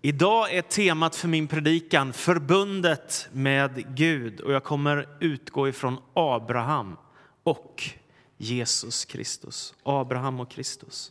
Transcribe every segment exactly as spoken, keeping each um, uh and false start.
Idag är temat för min predikan förbundet med Gud, och jag kommer utgå ifrån Abraham och Jesus Kristus. Abraham och Kristus.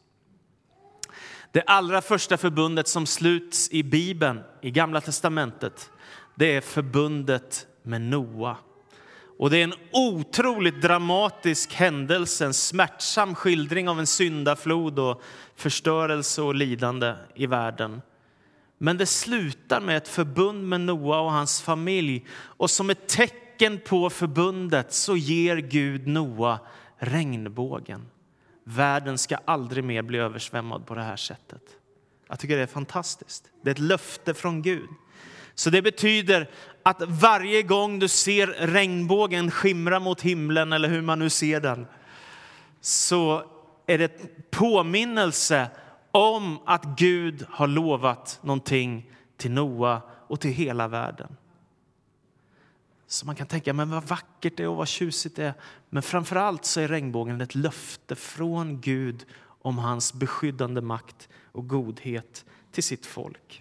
Det allra första förbundet som sluts i Bibeln, i Gamla testamentet, det är förbundet med Noa. Och det är en otroligt dramatisk händelse, en smärtsam skildring av en syndaflod och förstörelse och lidande i världen. Men det slutar med ett förbund med Noa och hans familj. Och som ett tecken på förbundet så ger Gud Noa regnbågen. Världen ska aldrig mer bli översvämmad på det här sättet. Jag tycker det är fantastiskt. Det är ett löfte från Gud. Så det betyder att varje gång du ser regnbågen skimra mot himlen, eller hur man nu ser den, så är det ett påminnelse om att Gud har lovat någonting till Noa och till hela världen. Så man kan tänka, men vad vackert det är och vad tjusigt det är. Men framförallt så är regnbågen ett löfte från Gud om hans beskyddande makt och godhet till sitt folk.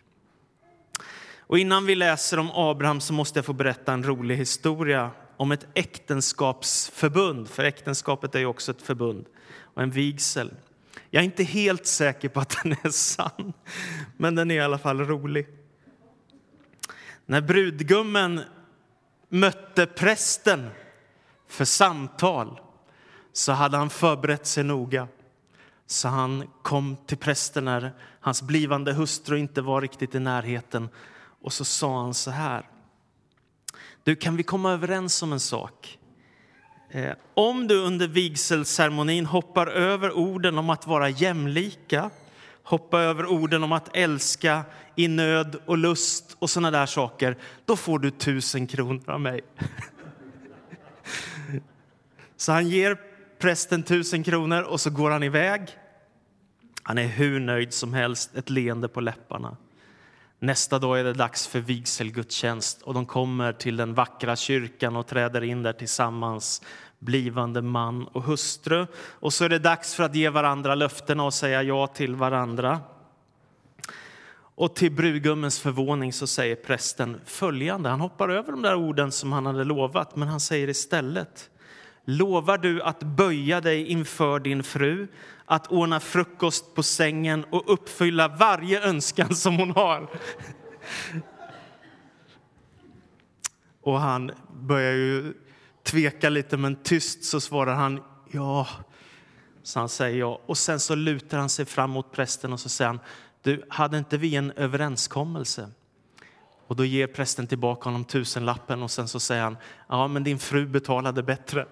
Och innan vi läser om Abraham så måste jag få berätta en rolig historia om ett äktenskapsförbund. För äktenskapet är ju också ett förbund och en vigsel. Jag är inte helt säker på att den är sann, men den är i alla fall rolig. När brudgummen mötte prästen för samtal så hade han förberett sig noga. Så han kom till prästen när hans blivande hustru inte var riktigt i närheten. Och så sa han så här: du, kan vi komma överens om en sak? Eh, om du under vigselceremonin hoppar över orden om att vara jämlika, hoppa över orden om att älska i nöd och lust och såna där saker, då får du tusen kronor av mig. Så han ger prästen tusen kronor och så går han iväg. Han är hur nöjd som helst, ett leende på läpparna. Nästa dag är det dags för vigselgudstjänst och de kommer till den vackra kyrkan och träder in där tillsammans, blivande man och hustru. Och så är det dags för att ge varandra löftena och säga ja till varandra. Och till brudgummens förvåning så säger prästen följande. Han hoppar över de där orden som han hade lovat, men han säger istället: lovar du att böja dig inför din fru, att ordna frukost på sängen och uppfylla varje önskan som hon har? Och han börjar ju tveka lite, men tyst så svarar han ja. Så han säger ja. Och sen så lutar han sig fram mot prästen och så säger han: du, hade inte vi en överenskommelse? Och då ger prästen tillbaka honom tusenlappen och sen så säger han: ja, men din fru betalade bättre.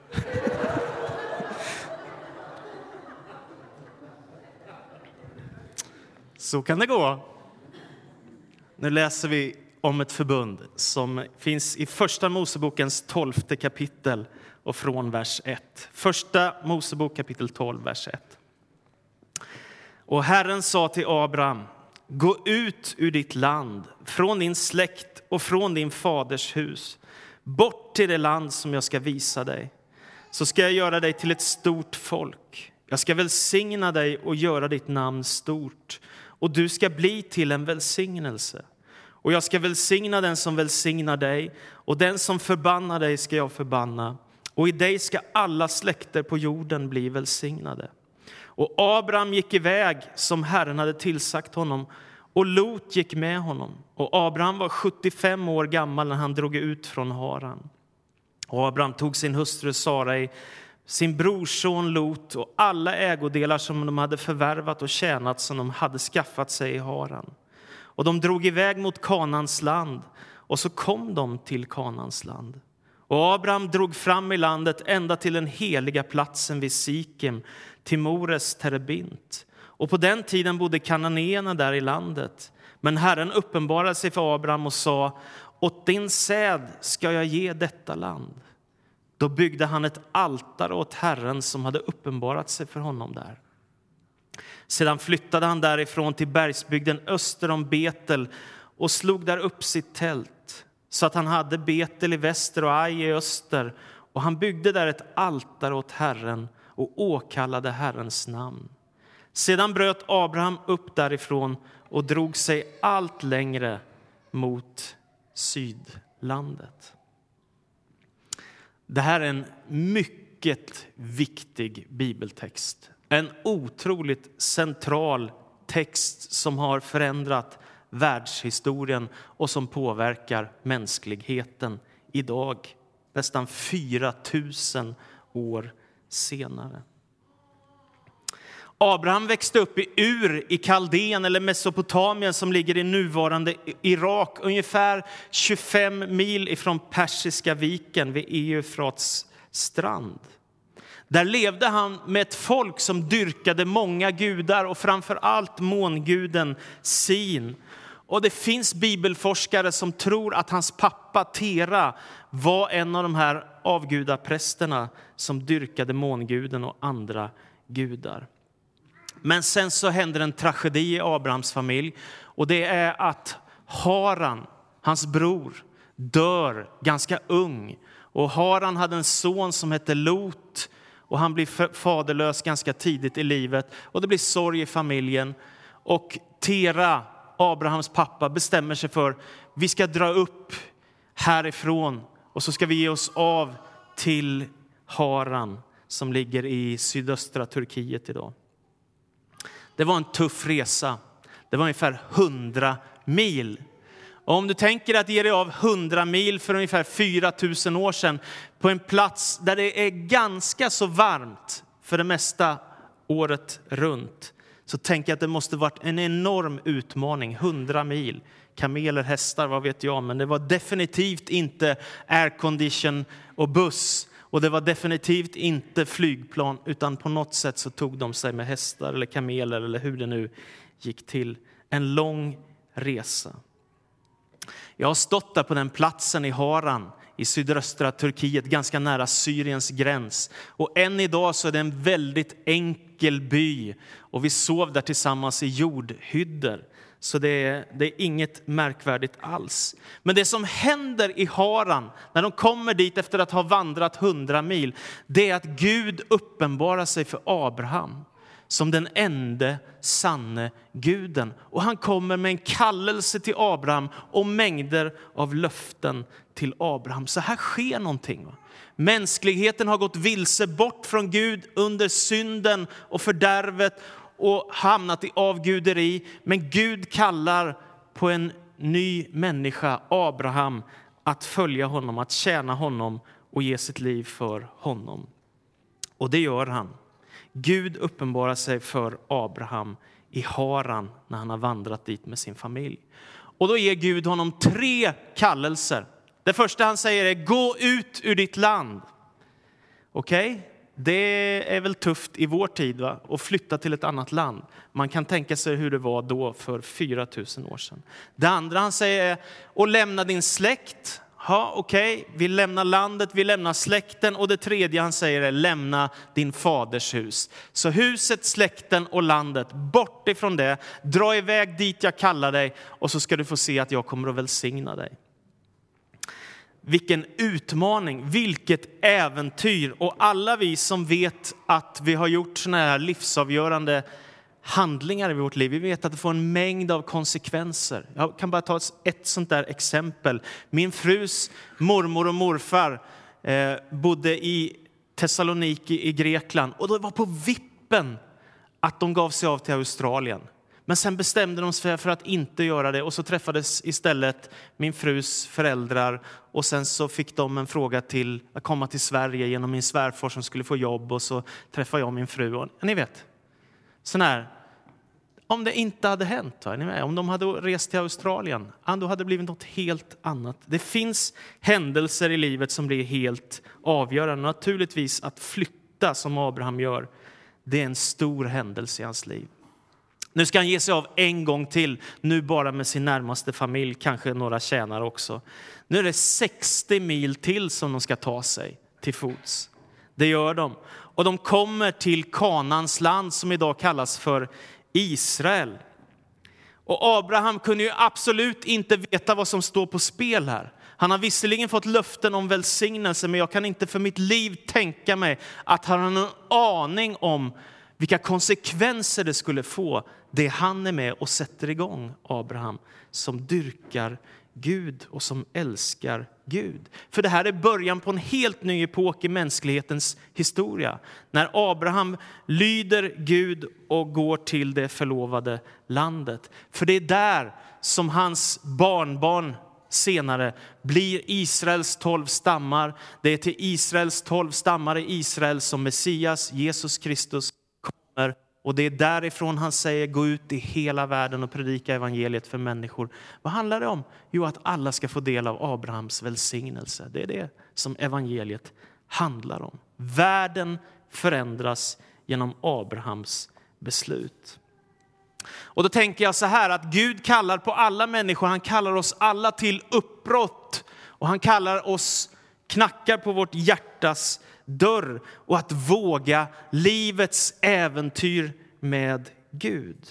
Så kan det gå. Nu läser vi om ett förbund som finns i första Mosebokens tolfte kapitel och från vers ett. Första Mosebok kapitel tolv, vers ett. Och Herren sa till Abraham: gå ut ur ditt land, från din släkt och från din faders hus, bort till det land som jag ska visa dig. Så ska jag göra dig till ett stort folk. Jag ska välsigna dig och göra ditt namn stort, och du ska bli till en välsignelse. Och jag ska välsigna den som välsignar dig, och den som förbannar dig ska jag förbanna. Och i dig ska alla släkter på jorden bli välsignade. Och Abraham gick iväg som Herren hade tillsagt honom, och Lot gick med honom. Och Abraham var sjuttiofem år gammal när han drog ut från Haran. Och Abraham tog sin hustru Sarai, sin brorson Lot och alla ägodelar som de hade förvärvat och tjänat som de hade skaffat sig i Haran. Och de drog iväg mot Kanans land, och så kom de till Kanans land. Och Abraham drog fram i landet ända till den heliga platsen vid Sikem, till Mores terebint. Och på den tiden bodde kananéerna där i landet. Men Herren uppenbarade sig för Abraham och sa: åt din säd ska jag ge detta land. Då byggde han ett altare åt Herren som hade uppenbarat sig för honom där. Sedan flyttade han därifrån till bergsbygden öster om Betel och slog där upp sitt tält, så att han hade Betel i väster och Ai i öster. Och han byggde där ett altare åt Herren och åkallade Herrens namn. Sedan bröt Abraham upp därifrån och drog sig allt längre mot sydlandet. Det här är en mycket viktig bibeltext. En otroligt central text som har förändrat världshistorien och som påverkar mänskligheten idag, nästan fyra tusen år senare. Abraham växte upp i Ur i Kaldén eller Mesopotamien som ligger i nuvarande Irak, ungefär tjugofem mil ifrån Persiska viken vid Eufrats strand. Där levde han med ett folk som dyrkade många gudar och framför allt månguden Sin. Och det finns bibelforskare som tror att hans pappa Tera var en av de här avgudaprästerna som dyrkade månguden och andra gudar. Men sen så händer en tragedi i Abrahams familj, och det är att Haran, hans bror, dör ganska ung. Och Haran hade en son som hette Lot, och han blir faderlös ganska tidigt i livet, och det blir sorg i familjen. Och Tera, Abrahams pappa, bestämmer sig för vi ska dra upp härifrån och så ska vi ge oss av till Haran som ligger i sydöstra Turkiet idag. Det var en tuff resa. Det var ungefär hundra mil. Och om du tänker att ge dig av hundra mil för ungefär fyra tusen år sedan på en plats där det är ganska så varmt för det mesta året runt, så tänker jag att det måste varit en enorm utmaning. hundra mil, kameler, hästar, vad vet jag. Men det var definitivt inte aircondition och buss. Och det var definitivt inte flygplan, utan på något sätt så tog de sig med hästar eller kameler eller hur det nu gick till. En lång resa. Jag har stått där på den platsen i Haran i sydöstra Turkiet, ganska nära Syriens gräns. Och än idag så är det en väldigt enkel by. Och vi sov där tillsammans i jordhyddor. Så det är, det är inget märkvärdigt alls. Men det som händer i Haran när de kommer dit efter att ha vandrat hundra mil, det är att Gud uppenbarar sig för Abraham som den enda sanne guden. Och han kommer med en kallelse till Abraham och mängder av löften till Abraham. Så här sker någonting. Va? Mänskligheten har gått vilse bort från Gud under synden och fördärvet och hamnat i avguderi. Men Gud kallar på en ny människa, Abraham, att följa honom, att tjäna honom och ge sitt liv för honom. Och det gör han. Gud uppenbarar sig för Abraham i Haran när han har vandrat dit med sin familj. Och då ger Gud honom tre kallelser. Det första han säger är: gå ut ur ditt land. Okej? Okay? Det är väl tufft i vår tid, va? Att flytta till ett annat land. Man kan tänka sig hur det var då för fyra tusen år sedan. Det andra han säger är: och lämna din släkt. Ja, okej, okay. Vi lämnar landet, vi lämnar släkten. Och det tredje han säger är: lämna din faders hus. Så huset, släkten och landet, bort ifrån det. Dra iväg dit jag kallar dig, och så ska du få se att jag kommer att välsigna dig. Vilken utmaning, vilket äventyr. Och alla vi som vet att vi har gjort såna här livsavgörande handlingar i vårt liv, vi vet att det får en mängd av konsekvenser. Jag kan bara ta ett sånt där exempel. Min frus mormor och morfar eh, bodde i Thessaloniki i Grekland, och det var på vippen att de gav sig av till Australien. Men sen bestämde de sig för att inte göra det, och så träffades istället min frus föräldrar, och sen så fick de en fråga till att komma till Sverige genom min svärfar som skulle få jobb, och så träffade jag min fru. Och ni vet, sån här, om det inte hade hänt, va? Ni vet, om de hade rest till Australien, då hade det blivit något helt annat. Det finns händelser i livet som blir helt avgörande. Naturligtvis att flytta som Abraham gör, det är en stor händelse i hans liv. Nu ska han ge sig av en gång till, nu bara med sin närmaste familj, kanske några tjänare också. Nu är det sextio mil till som de ska ta sig till fots. Det gör de. Och de kommer till Kanans land som idag kallas för Israel. Och Abraham kunde ju absolut inte veta vad som står på spel här. Han har visserligen fått löften om välsignelse, men jag kan inte för mitt liv tänka mig att han har någon aning om vilka konsekvenser det skulle få, det han är med och sätter igång, Abraham, som dyrkar Gud och som älskar Gud. För det här är början på en helt ny epok i mänsklighetens historia. När Abraham lyder Gud och går till det förlovade landet. För det är där som hans barnbarn senare blir Israels tolv stammar. Det är till Israels tolv stammar i Israel som Messias, Jesus Kristus, kommer. Och det är därifrån han säger, gå ut i hela världen och predika evangeliet för människor. Vad handlar det om? Jo, att alla ska få del av Abrahams välsignelse. Det är det som evangeliet handlar om. Världen förändras genom Abrahams beslut. Och då tänker jag så här, att Gud kallar på alla människor. Han kallar oss alla till uppbrott. Och han kallar oss, knackar på vårt hjärtas dörr, och att våga livets äventyr med Gud.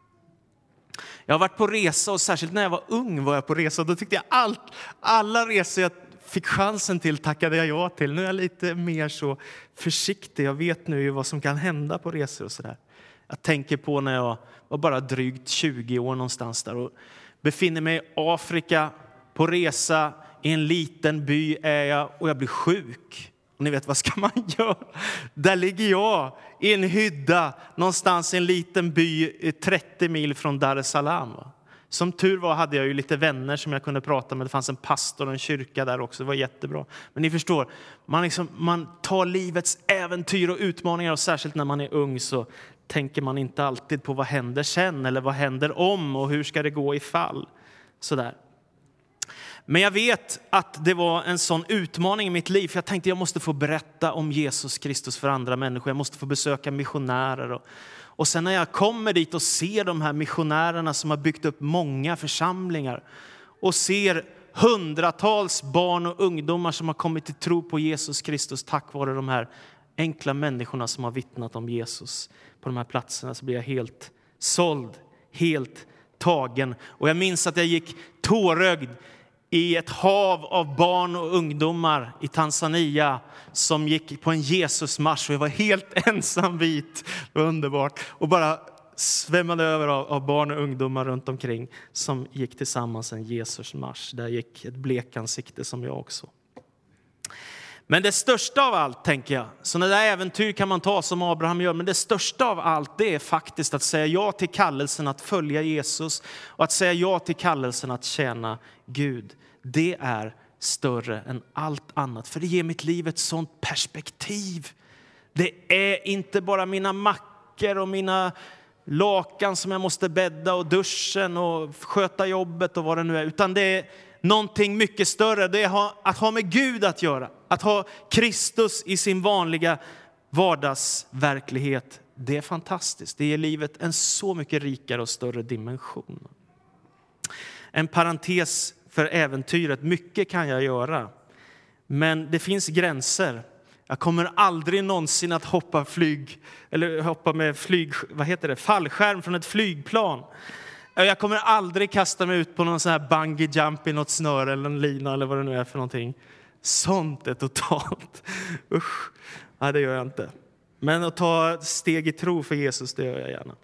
Jag har varit på resa, och särskilt när jag var ung var jag på resa. Då tyckte jag allt, alla resor jag fick chansen till tackade jag ja till. Nu är jag lite mer så försiktig. Jag vet nu vad som kan hända på resor och sådär. Jag tänker på när jag var bara drygt tjugo år någonstans där och befinner mig i Afrika på resa. I en liten by är jag och jag blir sjuk. Och ni vet, vad ska man göra? Där ligger jag i en hydda någonstans i en liten by trettio mil från Dar es Salaam. Som tur var hade jag ju lite vänner som jag kunde prata med. Det fanns en pastor och en kyrka där också. Det var jättebra. Men ni förstår, man, liksom, man tar livets äventyr och utmaningar. Och särskilt när man är ung så tänker man inte alltid på vad händer sen. Eller vad händer om och hur ska det gå ifall. Sådär. Men jag vet att det var en sån utmaning i mitt liv. För jag tänkte jag måste få berätta om Jesus Kristus för andra människor. Jag måste få besöka missionärer. Och, och sen när jag kommer dit och ser de här missionärerna som har byggt upp många församlingar. Och ser hundratals barn och ungdomar som har kommit till tro på Jesus Kristus tack vare de här enkla människorna som har vittnat om Jesus på de här platserna. Så blir jag helt såld, helt tagen. Och jag minns att jag gick tårögd i ett hav av barn och ungdomar i Tanzania som gick på en Jesusmarsch. Och jag var helt ensam vit. Det var underbart. Och bara svämmade över av, av barn och ungdomar runt omkring som gick tillsammans en Jesusmarsch. Där gick ett blekansikte som jag också. Men det största av allt, tänker jag, sådana där äventyr kan man ta som Abraham gör. Men det största av allt, det är faktiskt att säga ja till kallelsen att följa Jesus. Och att säga ja till kallelsen att tjäna Gud. Det är större än allt annat. För det ger mitt liv ett sånt perspektiv. Det är inte bara mina mackor och mina lakan som jag måste bädda och duschen och sköta jobbet och vad det nu är. Utan det är någonting mycket större. Det är att ha med Gud att göra. Att ha Kristus i sin vanliga vardagsverklighet. Det är fantastiskt. Det ger livet en så mycket rikare och större dimension. En parentes för äventyret. Mycket kan jag göra. Men det finns gränser. Jag kommer aldrig någonsin att hoppa flyg eller hoppa med flyg, vad heter det, fallskärm från ett flygplan. Jag kommer aldrig kasta mig ut på någon sån här bungee jump i något snöre eller en lina eller vad det nu är för någonting. Sånt är totalt. Usch. Nej, det gör jag inte. Men att ta steg i tro för Jesus, det gör jag gärna.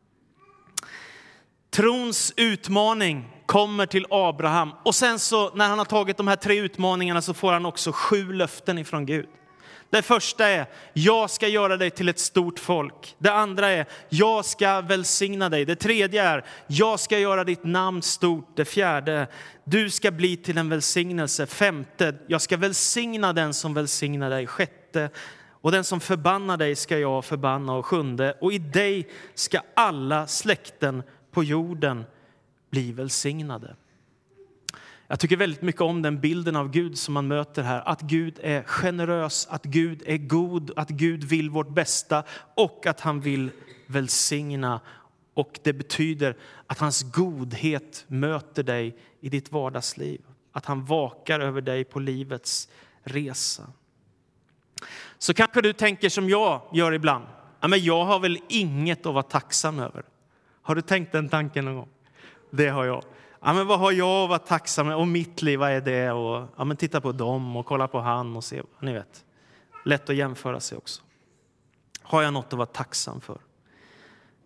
Trons utmaning kommer till Abraham. Och sen så när han har tagit de här tre utmaningarna så får han också sju löften ifrån Gud. Det första är, jag ska göra dig till ett stort folk. Det andra är, jag ska välsigna dig. Det tredje är, jag ska göra ditt namn stort. Det fjärde, du ska bli till en välsignelse. Femte, jag ska välsigna den som välsignar dig. Sjätte, och den som förbannar dig ska jag förbanna. Och sjunde, och i dig ska alla släkten på jorden bli välsignade. Jag tycker väldigt mycket om den bilden av Gud som man möter här. Att Gud är generös, att Gud är god, att Gud vill vårt bästa och att han vill välsigna. Och det betyder att hans godhet möter dig i ditt vardagsliv. Att han vakar över dig på livets resa. Så kanske du tänker som jag gör ibland. Ja, men jag har väl inget att vara tacksam över. Har du tänkt den tanken någon gång? Det har jag. Ja, men vad har jag att vara tacksam med? Och mitt liv, vad är det? Och, ja, men titta på dem och kolla på han och se. Ni vet, lätt att jämföra sig också. Har jag något att vara tacksam för?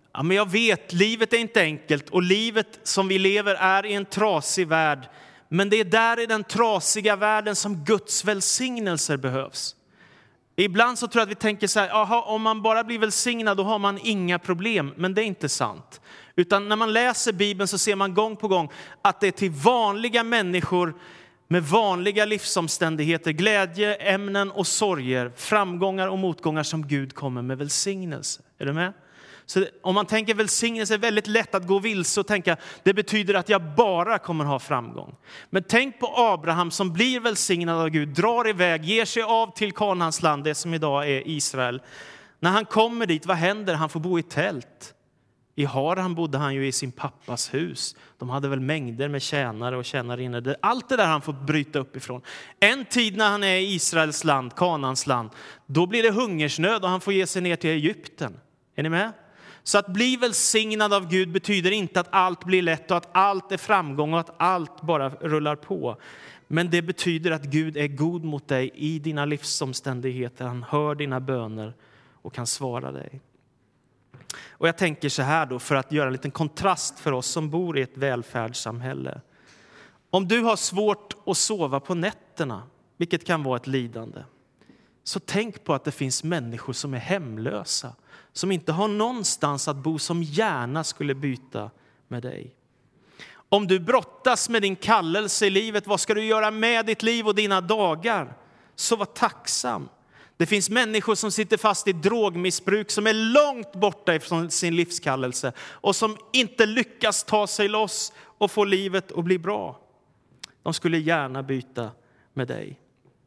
ja, men jag vet, livet är inte enkelt och livet som vi lever är i en trasig värld. Men det är där i den trasiga världen som Guds välsignelser behövs. Ibland så tror jag att vi tänker så här, aha, om man bara blir välsignad då har man inga problem. Men det är inte sant. Utan när man läser Bibeln så ser man gång på gång att det är till vanliga människor med vanliga livsomständigheter, glädje, ämnen och sorger, framgångar och motgångar som Gud kommer med välsignelse. Är du med? Så om man tänker välsignelse är det väldigt lätt att gå vilse och tänka det betyder att jag bara kommer ha framgång. Men tänk på Abraham som blir välsignad av Gud, drar iväg, ger sig av till Kanaans land, det som idag är Israel. När han kommer dit, vad händer? Han får bo i tält. I Haran bodde han ju i sin pappas hus. De hade väl mängder med tjänare och tjänarinnor. Allt det där han får bryta upp ifrån. En tid när han är i Israels land, Kanaans land, då blir det hungersnöd och han får ge sig ner till Egypten. Är ni med? Så att bli välsignad av Gud betyder inte att allt blir lätt och att allt är framgång och att allt bara rullar på. Men det betyder att Gud är god mot dig i dina livsomständigheter. Han hör dina böner och kan svara dig. Och jag tänker så här då, för att göra en liten kontrast för oss som bor i ett välfärdssamhälle. Om du har svårt att sova på nätterna, vilket kan vara ett lidande, så tänk på att det finns människor som är hemlösa, som inte har någonstans att bo, som gärna skulle byta med dig. Om du brottas med din kallelse i livet, vad ska du göra med ditt liv och dina dagar? Så var tacksam. Det finns människor som sitter fast i drogmissbruk, som är långt borta ifrån sin livskallelse och som inte lyckas ta sig loss och få livet att bli bra. De skulle gärna byta med dig.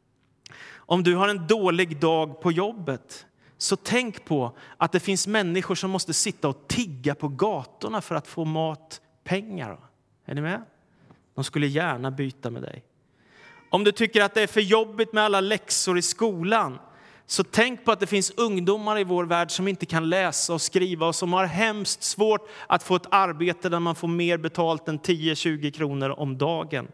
Om du har en dålig dag på jobbet, så tänk på att det finns människor som måste sitta och tigga på gatorna för att få mat, pengar. Är ni med? De skulle gärna byta med dig. Om du tycker att det är för jobbigt med alla läxor i skolan, så tänk på att det finns ungdomar i vår värld som inte kan läsa och skriva och som har hemskt svårt att få ett arbete där man får mer betalt än tio till tjugo kronor om dagen.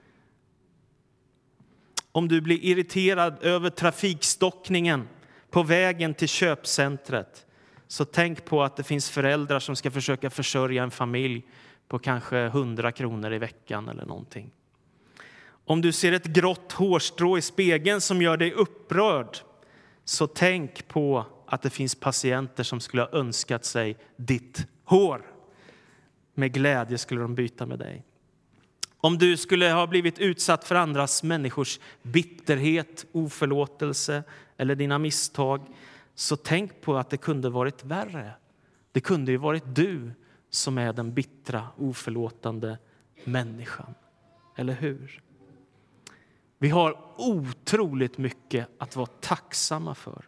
Om du blir irriterad över trafikstockningen på vägen till köpcentret, så tänk på att det finns föräldrar som ska försöka försörja en familj på kanske hundra kronor i veckan eller någonting. Om du ser ett grått hårstrå i spegeln som gör dig upprörd, så tänk på att det finns patienter som skulle ha önskat sig ditt hår. Med glädje skulle de byta med dig. Om du skulle ha blivit utsatt för andras människors bitterhet, oförlåtelse eller dina misstag, så tänk på att det kunde varit värre. Det kunde ju varit du som är den bittra, oförlåtande människan. Eller hur? Vi har otroligt mycket att vara tacksamma för.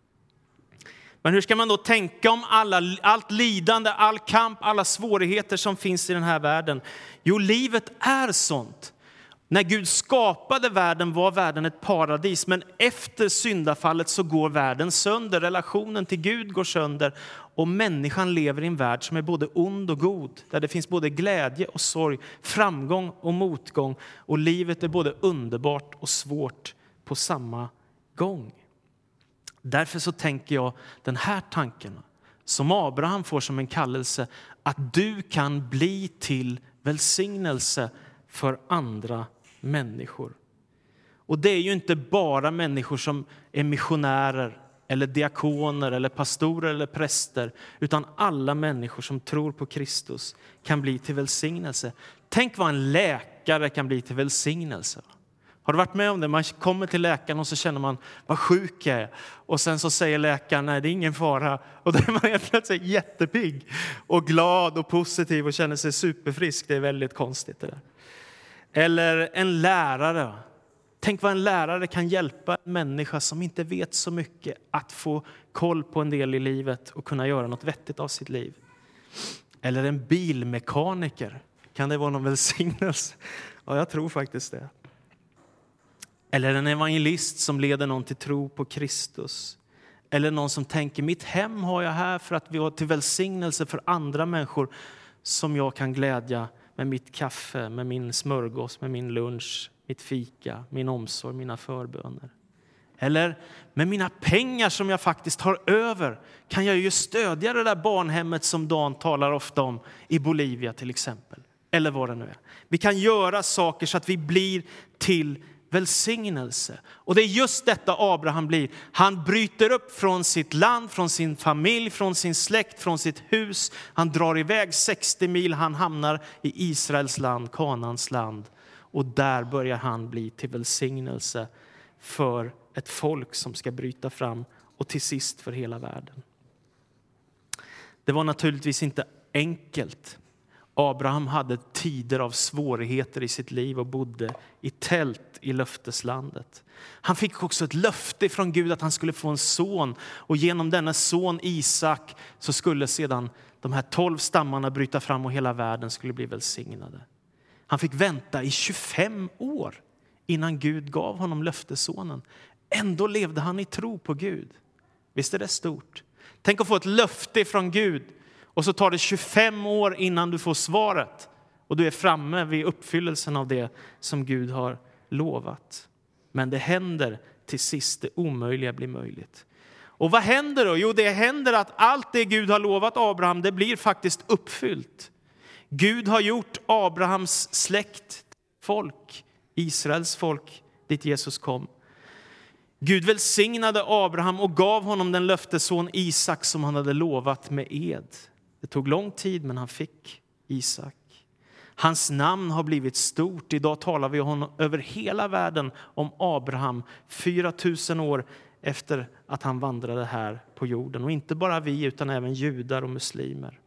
Men hur ska man då tänka om alla, allt lidande, all kamp, alla svårigheter som finns i den här världen? Jo, livet är sånt. När Gud skapade världen var världen ett paradis. Men efter syndafallet så går världen sönder. Relationen till Gud går sönder. Och människan lever i en värld som är både ond och god. Där det finns både glädje och sorg, framgång och motgång. Och livet är både underbart och svårt på samma gång. Därför så tänker jag den här tanken som Abraham får som en kallelse, att du kan bli till välsignelse för andra människor. Och det är ju inte bara människor som är missionärer eller diakoner eller pastorer eller präster, utan alla människor som tror på Kristus kan bli till välsignelse. Tänk vad en läkare kan bli till välsignelse. Har du varit med om det? Man kommer till läkaren och så känner man vad sjuk jag är. Och sen så säger läkaren, nej det är ingen fara. Och då är man helt plötsligt jättepigg och glad och positiv och känner sig superfrisk. Det är väldigt konstigt det där. Eller en lärare. Tänk vad en lärare kan hjälpa en människa som inte vet så mycket att få koll på en del i livet och kunna göra något vettigt av sitt liv. Eller en bilmekaniker. Kan det vara någon välsignelse? Ja, jag tror faktiskt det. Eller en evangelist som leder någon till tro på Kristus. Eller någon som tänker, mitt hem har jag här för att vi har till välsignelse för andra människor som jag kan glädja med mitt kaffe, med min smörgås, med min lunch, mitt fika, min omsorg, mina förböner. Eller med mina pengar som jag faktiskt har över kan jag ju stödja det där barnhemmet som Dan talar ofta om i Bolivia till exempel. Eller vad det nu är. Vi kan göra saker så att vi blir till välsignelse. Och det är just detta Abraham blir. Han bryter upp från sitt land, från sin familj, från sin släkt, från sitt hus. Han drar iväg sextio mil, han hamnar i Israels land, Kanaans land. Och där börjar han bli till välsignelse för ett folk som ska bryta fram och till sist för hela världen. Det var naturligtvis inte enkelt. Abraham hade tider av svårigheter i sitt liv och bodde i tält i löfteslandet. Han fick också ett löfte från Gud att han skulle få en son. Och genom denna son Isak så skulle sedan de här tolv stammarna bryta fram och hela världen skulle bli välsignade. Han fick vänta i tjugofem år innan Gud gav honom löftesonen. Ändå levde han i tro på Gud. Visst är det stort? Tänk att få ett löfte från Gud. Och så tar det tjugofem år innan du får svaret. Och du är framme vid uppfyllelsen av det som Gud har lovat. Men det händer till sist, det omöjliga blir möjligt. Och vad händer då? Jo, det händer att allt det Gud har lovat Abraham, det blir faktiskt uppfyllt. Gud har gjort Abrahams släkt, folk, Israels folk, dit Jesus kom. Gud välsignade Abraham och gav honom den löftesson Isak som han hade lovat med ed. Det tog lång tid, men han fick Isak. Hans namn har blivit stort. Idag talar vi om över hela världen om Abraham, fyra tusen år efter att han vandrade här på jorden. Och inte bara vi, utan även judar och muslimer.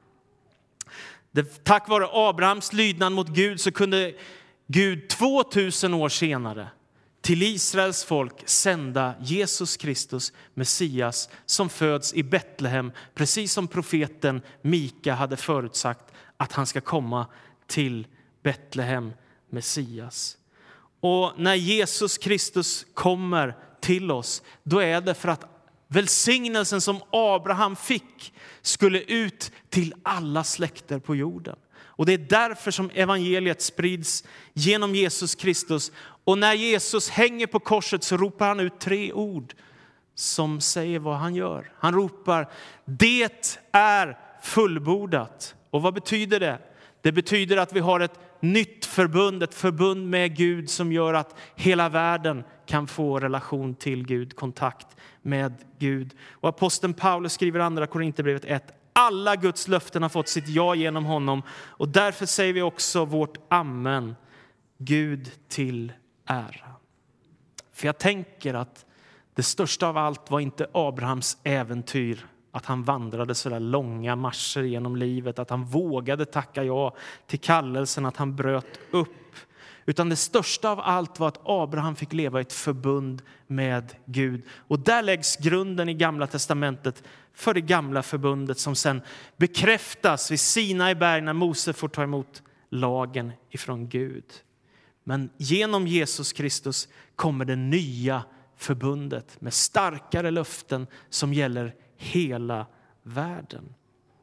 Det, tack vare Abrahams lydnad mot Gud så kunde Gud tvåtusen år senare till Israels folk sända Jesus Kristus, Messias, som föds i Betlehem, precis som profeten Mika hade förutsagt att han ska komma till Betlehem, Messias. Och när Jesus Kristus kommer till oss, då är det för att välsignelsen som Abraham fick skulle ut till alla släkter på jorden. Och det är därför som evangeliet sprids genom Jesus Kristus. Och när Jesus hänger på korset så ropar han ut tre ord som säger vad han gör. Han ropar, det är fullbordat. Och vad betyder det? Det betyder att vi har ett nytt förbund, ett förbund med Gud som gör att hela världen kan få relation till Gud, kontakt med Gud. Och aposteln Paulus skriver i andra Korinthierbrevet ett, alla Guds löften har fått sitt ja genom honom. Och därför säger vi också vårt amen, Gud till ära. För jag tänker att det största av allt var inte Abrahams äventyr. Att han vandrade så där långa marscher genom livet. Att han vågade tacka ja till kallelsen. Att han bröt upp. Utan det största av allt var att Abraham fick leva i ett förbund med Gud. Och där läggs grunden i Gamla testamentet för det gamla förbundet som sen bekräftas vid Sinai berg när Mose får ta emot lagen ifrån Gud. Men genom Jesus Kristus kommer det nya förbundet med starkare löften som gäller hela världen.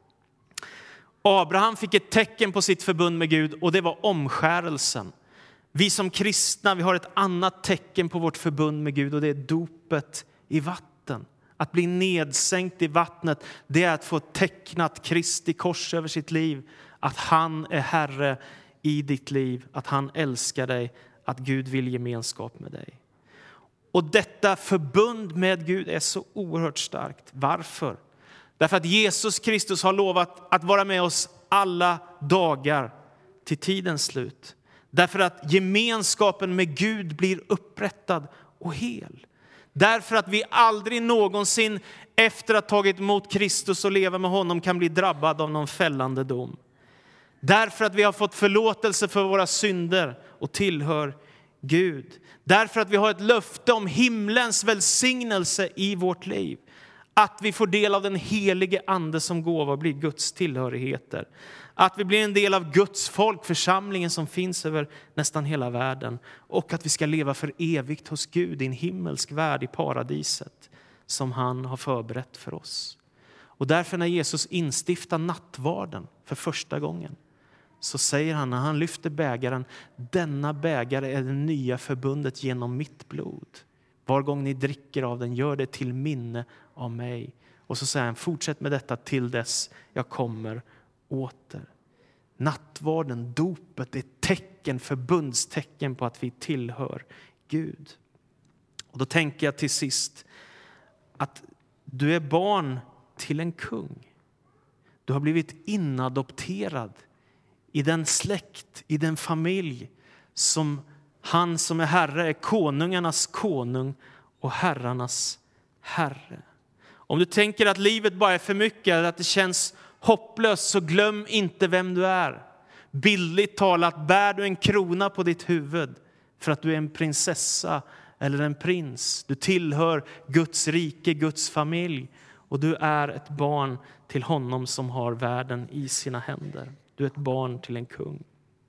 Abraham fick ett tecken på sitt förbund med Gud och det var omskärelsen. Vi som kristna, vi har ett annat tecken på vårt förbund med Gud och det är dopet i vatten. Att bli nedsänkt i vattnet, det är att få tecknat Kristi kors över sitt liv. Att han är Herre i ditt liv, att han älskar dig, att Gud vill gemenskap med dig. Och detta förbund med Gud är så oerhört starkt. Varför? Därför att Jesus Kristus har lovat att vara med oss alla dagar till tidens slut. Därför att gemenskapen med Gud blir upprättad och hel. Därför att vi aldrig någonsin efter att ha tagit emot Kristus och leva med honom kan bli drabbad av någon fällande dom. Därför att vi har fått förlåtelse för våra synder och tillhör Gud. Därför att vi har ett löfte om himlens välsignelse i vårt liv. Att vi får del av den helige ande som gåva blir Guds tillhörigheter. Att vi blir en del av Guds folk, församlingen som finns över nästan hela världen. Och att vi ska leva för evigt hos Gud i en himmelsk värld i paradiset som han har förberett för oss. Och därför när Jesus instiftar nattvarden för första gången så säger han när han lyfter bägaren, denna bägare är det nya förbundet genom mitt blod. Var gång ni dricker av den, gör det till minne av mig. Och så säger han, fortsätt med detta till dess jag kommer åter. Nattvarden, dopet, är ett tecken, förbundstecken på att vi tillhör Gud. Och då tänker jag till sist att du är barn till en kung. Du har blivit inadopterad i den släkt, i den familj som han som är herre är konungarnas konung och herrarnas herre. Om du tänker att livet bara är för mycket, att det känns hopplöst, så glöm inte vem du är. Bildligt talat bär du en krona på ditt huvud för att du är en prinsessa eller en prins. Du tillhör Guds rike, Guds familj, och du är ett barn till honom som har världen i sina händer. Du är ett barn till en kung.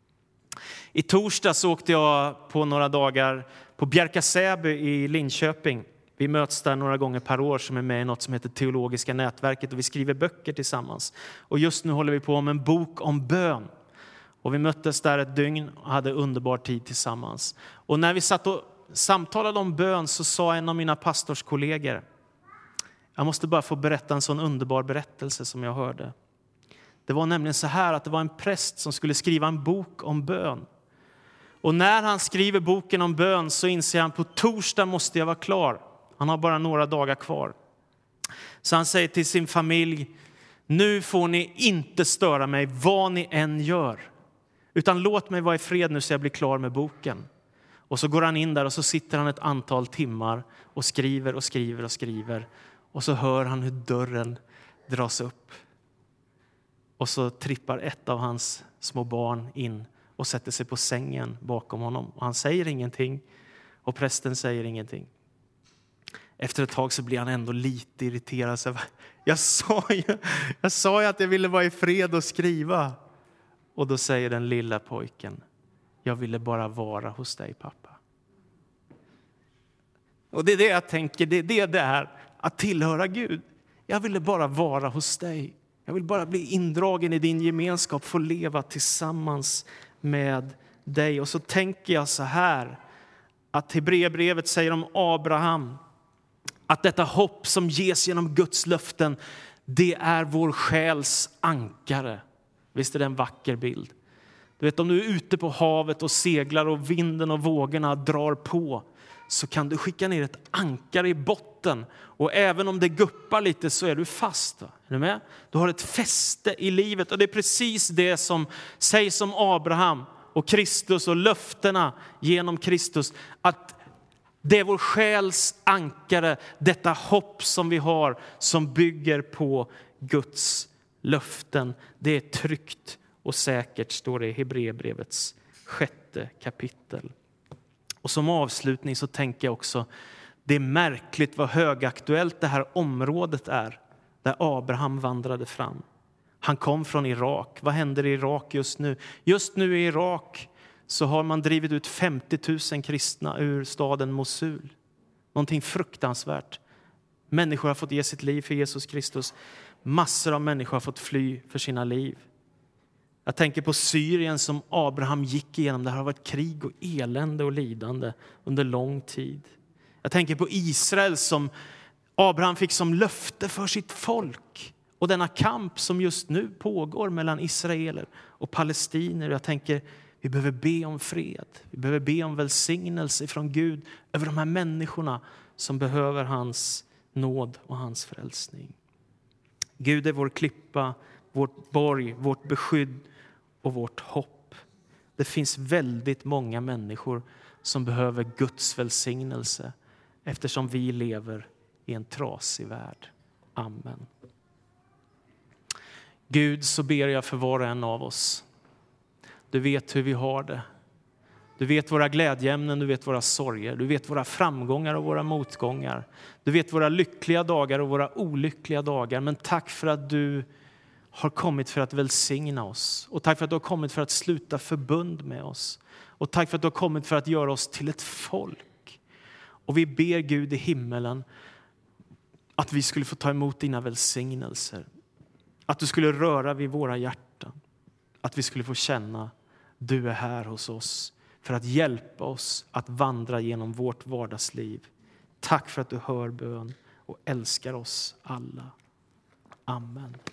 I torsdags åkte jag på några dagar på Bjärka-Säby i Linköping. Vi möts där några gånger per år som är med i något som heter Teologiska nätverket, och vi skriver böcker tillsammans. Och just nu håller vi på med en bok om bön. Och vi möttes där ett dygn och hade underbar tid tillsammans. Och när vi satt och samtalade om bön så sa en av mina pastorskollegor, jag måste bara få berätta en sån underbar berättelse som jag hörde. Det var nämligen så här att det var en präst som skulle skriva en bok om bön. Och när han skriver boken om bön så inser han, på torsdag måste jag vara klar. Han har bara några dagar kvar. Så han säger till sin familj, nu får ni inte störa mig vad ni än gör. Utan låt mig vara i fred nu så jag blir klar med boken. Och så går han in där och så sitter han ett antal timmar och skriver och skriver och skriver. Och så hör han hur dörren dras upp. Och så trippar ett av hans små barn in och sätter sig på sängen bakom honom. Och han säger ingenting och prästen säger ingenting. Efter ett tag så blir han ändå lite irriterad. Så jag, sa ju, jag sa ju att jag ville vara i fred och skriva. Och då säger den lilla pojken, jag ville bara vara hos dig, pappa. Och det är det jag tänker, det är det det är att tillhöra Gud. Jag ville bara vara hos dig. Jag vill bara bli indragen i din gemenskap, få leva tillsammans med dig. Och så tänker jag så här, att Hebreerbrevet säger om Abraham, att detta hopp som ges genom Guds löften, det är vår själs ankare. Visst är det en vacker bild? Du vet, om du är ute på havet och seglar och vinden och vågorna drar på, så kan du skicka ner ett ankare i botten. Och även om det guppar lite så är du fast. Va? Är du med? Du har ett fäste i livet. Och det är precis det som sägs om Abraham och Kristus och löftena genom Kristus. Att det är vår själs ankare, detta hopp som vi har som bygger på Guds löften. Det är tryggt och säkert, står det i Hebreerbrevets sjätte kapitel. Och som avslutning så tänker jag också, det är märkligt vad högaktuellt det här området är där Abraham vandrade fram. Han kom från Irak. Vad händer i Irak just nu? Just nu i Irak så har man drivit ut femtio tusen kristna ur staden Mosul. Någonting fruktansvärt. Människor har fått ge sitt liv för Jesus Kristus. Massor av människor har fått fly för sina liv. Jag tänker på Syrien som Abraham gick igenom. Det har varit krig och elände och lidande under lång tid. Jag tänker på Israel som Abraham fick som löfte för sitt folk. Och denna kamp som just nu pågår mellan israeler och palestiner. Jag tänker, vi behöver be om fred. Vi behöver be om välsignelse från Gud över de här människorna som behöver hans nåd och hans frälsning. Gud är vår klippa, vårt borg, vårt beskydd och vårt hopp. Det finns väldigt många människor som behöver Guds välsignelse eftersom vi lever i en trasig värld. Amen. Gud, så ber jag för var och en av oss. Du vet hur vi har det. Du vet våra glädjeämnen, du vet våra sorger. Du vet våra framgångar och våra motgångar. Du vet våra lyckliga dagar och våra olyckliga dagar. Men tack för att du har kommit för att välsigna oss. Och tack för att du har kommit för att sluta förbund med oss. Och tack för att du har kommit för att göra oss till ett folk. Och vi ber Gud i himmelen att vi skulle få ta emot dina välsignelser. Att du skulle röra vid våra hjärtan. Att vi skulle få känna du är här hos oss för att hjälpa oss att vandra genom vårt vardagsliv Tack för att du hör bön och älskar oss alla. Amen.